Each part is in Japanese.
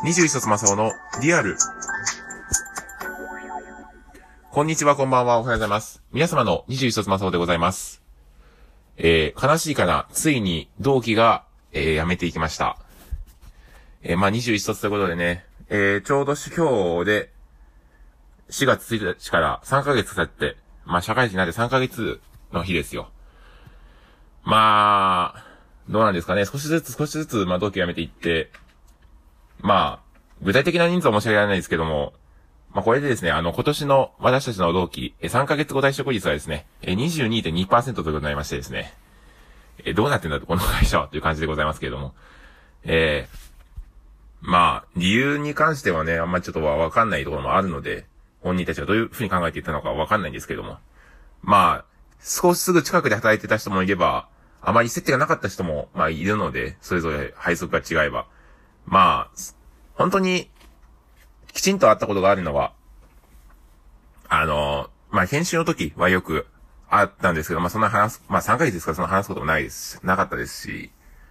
21冊マサオのリアル。こんにちは、こんばんは、おはようございます。皆様の21冊マサオでございます。悲しいかな、ついに同期が、辞めていきました。21冊ということでね、ちょうど今日で4月1日から3ヶ月経って、社会人になって3ヶ月の日ですよ。どうなんですかね、少しずつ、同期を辞めていって、具体的な人数は申し上げられないですけども、これでですね、今年の私たちの同期、3ヶ月後退職率はですね、22.2% ということになりましてですね、どうなってんだと、この会社はという感じでございますけれども、理由に関してはね、あんまりちょっとわかんないところもあるので、本人たちがどういうふうに考えていたのかわかんないんですけども、少しすぐ近くで働いてた人もいれば、あまり接点がなかった人も、いるので、それぞれ配属が違えば、本当に、きちんと会ったことがあるのは、研修の時はよくあったんですけど、そんな3ヶ月ですからその話すこともなかったですし、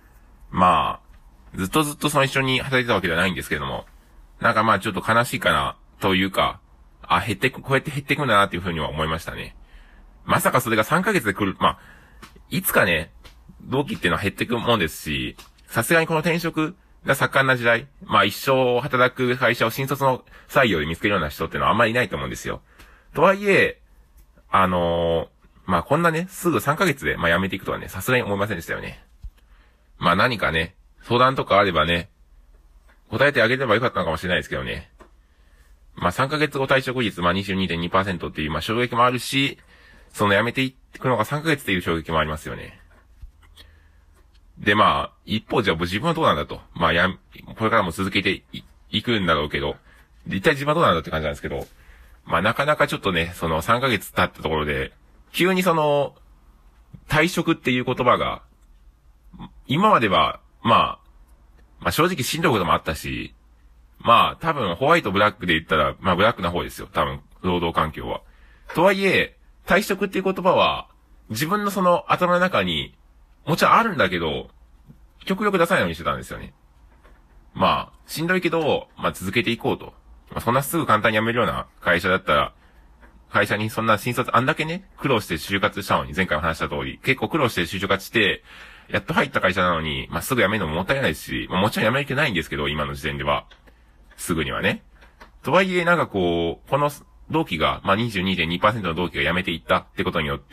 ずっとその一緒に働いてたわけではないんですけれども、ちょっと悲しいかな、というか、こうやって減っていくんだなっていうふうには思いましたね。まさかそれが3ヶ月で来る、いつかね、同期っていうのは減っていくもんですし、さすがにこの転職が盛んな時代、一生働く会社を新卒の採用で見つけるような人っていうのはあんまりいないと思うんですよ。とはいえ、こんなね、すぐ3ヶ月で、辞めていくとはね、さすがに思いませんでしたよね。何かね、相談とかあればね、答えてあげればよかったのかもしれないですけどね。3ヶ月後退職率、22.2% っていう、衝撃もあるし、その辞めていくのが3ヶ月っていう衝撃もありますよね。で、一方じゃあ自分はどうなんだと。これからも続けていくんだろうけど、一体自分はどうなんだって感じなんですけど、なかなかちょっとね、その3ヶ月経ったところで、急にその、退職っていう言葉が、今までは、正直しんどいこともあったし、多分ホワイトブラックで言ったら、ブラックな方ですよ。多分、労働環境は。とはいえ、退職っていう言葉は、自分のその頭の中に、もちろんあるんだけど、極力出さないようにしてたんですよね。しんどいけど、続けていこうと。そんなすぐ簡単に辞めるような会社だったら、会社にそんな新卒あんだけね、苦労して就活したのに、前回も話した通り、結構苦労して就活して、やっと入った会社なのに、すぐ辞めるのももったいないし、もちろん辞める気ないんですけど、今の時点では。すぐにはね。とはいえ、この同期が、22.2% の同期が辞めていったってことによって、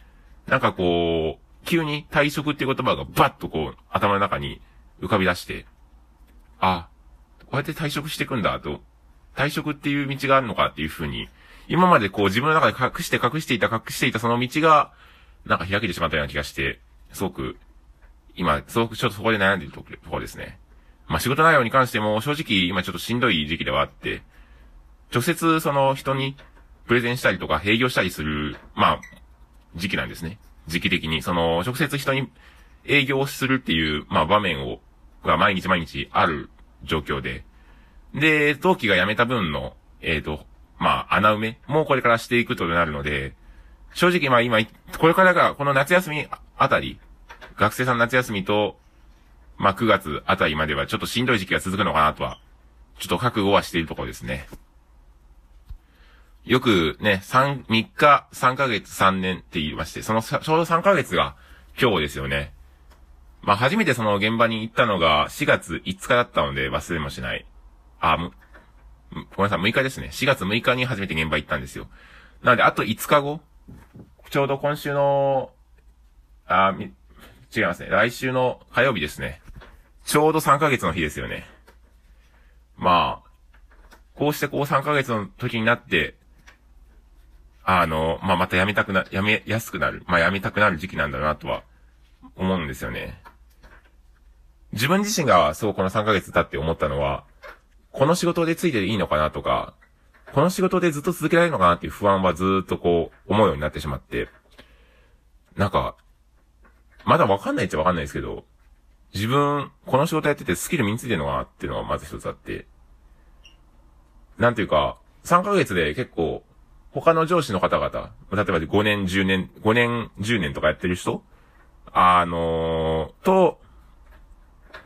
急に退職っていう言葉がバッと頭の中に浮かび出して、こうやって退職していくんだと、退職っていう道があるのかっていうふうに、今まで自分の中で隠していたその道が、開けてしまったような気がして、すごくちょっとそこで悩んでいるところですね。仕事内容に関しても正直今ちょっとしんどい時期ではあって、直接その人にプレゼンしたりとか営業したりする、時期なんですね。時期的に、直接人に営業をするっていう、場面が毎日ある状況で。で、同期が辞めた分の、穴埋めもこれからしていくとなるので、正直今、これからが、この夏休みあたり、学生さんの夏休みと、9月あたりまではちょっとしんどい時期が続くのかなとは、ちょっと覚悟はしているところですね。よくね、3日、3ヶ月、3年って言いまして、ちょうど3ヶ月が今日ですよね。初めてその現場に行ったのが4月5日だったので忘れもしない。ごめんなさい、6日ですね。4月6日に初めて現場行ったんですよ。なので、あと5日後、ちょうど今週の、違いますね。来週の火曜日ですね。ちょうど3ヶ月の日ですよね。こうして3ヶ月の時になって、また辞めやすくなる。辞めたくなる時期なんだなとは思うんですよね。自分自身がこの3ヶ月経って思ったのは、この仕事でついていいのかなとか、この仕事でずっと続けられるのかなっていう不安はずーっと思うようになってしまって、まだわかんないっちゃわかんないですけど、自分、この仕事やっててスキル身についてるのかなっていうのがまず一つあって、3ヶ月で結構、他の上司の方々、例えば5年、10年とかやってる人と、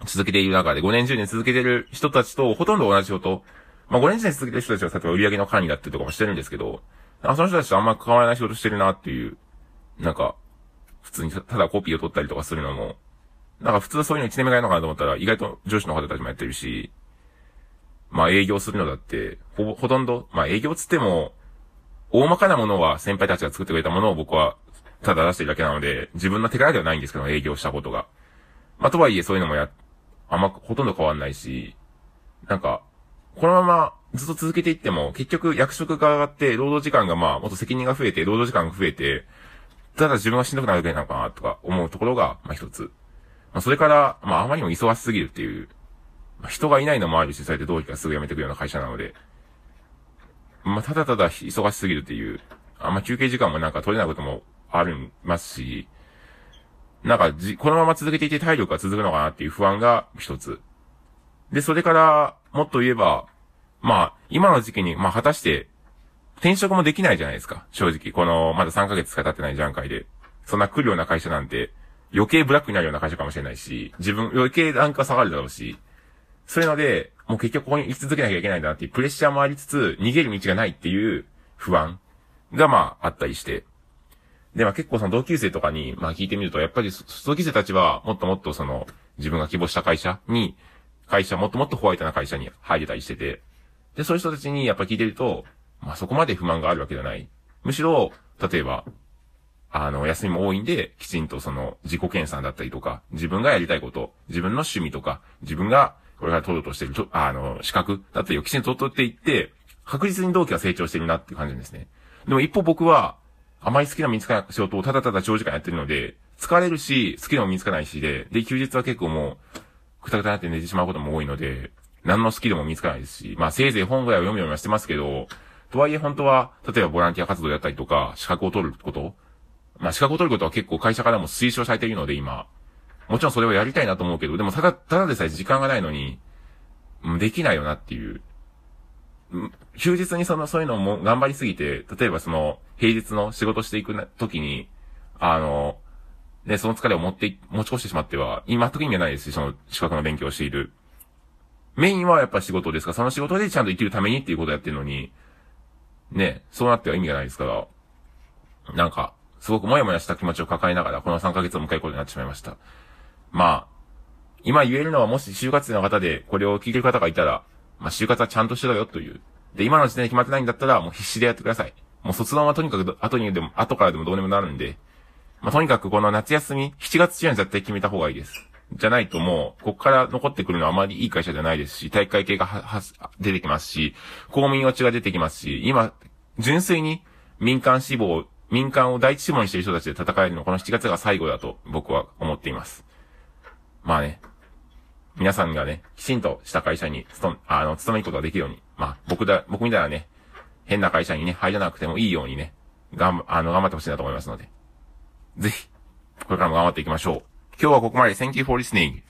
続けている中で5年10年続けている人たちとほとんど同じ仕事、まあ5年10年続けてる人たちは例えば売上の管理だったりとかもしてるんですけど、その人たちとあんま変わらない仕事してるなっていう、なんか、普通にただコピーを取ったりとかするのも、なんか普通そういうの1年目がやるのかなと思ったら意外と上司の方たちもやってるし、まあ営業するのだって、ほとんど、まあ営業つっても、大まかなものは先輩たちが作ってくれたものを僕はただ出してるだけなので、自分の手柄ではないんですけど、営業したことが。まあとはいえそういうのもあんまほとんど変わんないし、なんか、このままずっと続けていっても、結局役職が上がって、労働時間がまあ、もっと責任が増えて、労働時間が増えて、ただ自分がしんどくなるだけなのかなとか思うところが、まあ一つ。まあそれから、まああまりにも忙しすぎるっていう、まあ人がいないのもあるし、そうやって同期がすぐ辞めてくるような会社なので、まあただただ忙しすぎるっていう、あんま休憩時間もなんか取れないこともありますし、なんかこのまま続けていて体力が続くのかなっていう不安が一つ。で、それから、もっと言えば、まあ、今の時期に、まあ果たして、転職もできないじゃないですか。正直。この、まだ3ヶ月しか経ってない段階で。そんな来るような会社なんて、余計ブラックになるような会社かもしれないし、余計ランクが下がるだろうし、そういうので、もう結局ここに居続けなきゃいけないんだなっていうプレッシャーもありつつ、逃げる道がないっていう不安がまああったりして。で、まあ結構その同級生とかに、まあ聞いてみると、やっぱり同級生たちはもっともっとその、自分が希望した会社、もっともっとホワイトな会社に入れたりしてて、で、そういう人たちにやっぱ聞いてると、まあそこまで不満があるわけじゃない。むしろ、例えば、休みも多いんで、きちんとその、自己研鑽だったりとか、自分がやりたいこと、自分の趣味とか、自分が、これから取ろうとしている、資格だったりをきちんと取っていって、確実に同期が成長してるなっていう感じですね。でも一方僕は、あまり好きな見つかない仕事をただただ長時間やってるので、疲れるし、好きなのも見つかないしで、休日は結構もう、くたくたになって寝てしまうことも多いので、何の好きでも見つかないですし、まあせいぜい本ぐらいを読むようにはしてますけど、とはいえ本当は、例えばボランティア活動やったりとか、資格を取ること、まあ資格を取ることは結構会社からも推奨されているので今、もちろんそれをやりたいなと思うけど、でもただでさえ時間がないのに、できないよなっていう。休日にそういうのも頑張りすぎて、例えばその、平日の仕事していく時に、ね、その疲れを持ち越してしまっては、今全く意味がないですし、その資格の勉強をしている。メインはやっぱ仕事ですから、その仕事でちゃんと生きるためにっていうことをやってるのに、ね、そうなっては意味がないですから、なんか、すごくもやもやした気持ちを抱えながら、この3ヶ月を迎えることになってしまいました。まあ、今言えるのはもし就活生の方でこれを聞いてる方がいたら、まあ就活はちゃんとしろよという。で、今の時点で決まってないんだったら、もう必死でやってください。もう卒論はとにかく後からでもどうでもなるんで、まあとにかくこの夏休み、7月中には絶対決めた方がいいです。じゃないともう、こっから残ってくるのはあまりいい会社じゃないですし、体育会系が出てきますし、公務員落ちが出てきますし、今、純粋に民間を第一志望にしている人たちで戦えるのはこの7月が最後だと僕は思っています。まあね、皆さんがね、きちんとした会社に勤めることができるように、まあ僕みたいなね、変な会社にね、入らなくてもいいようにね、頑張ってほしいなと思いますので、ぜひ、これからも頑張っていきましょう。今日はここまで。Thank you for listening.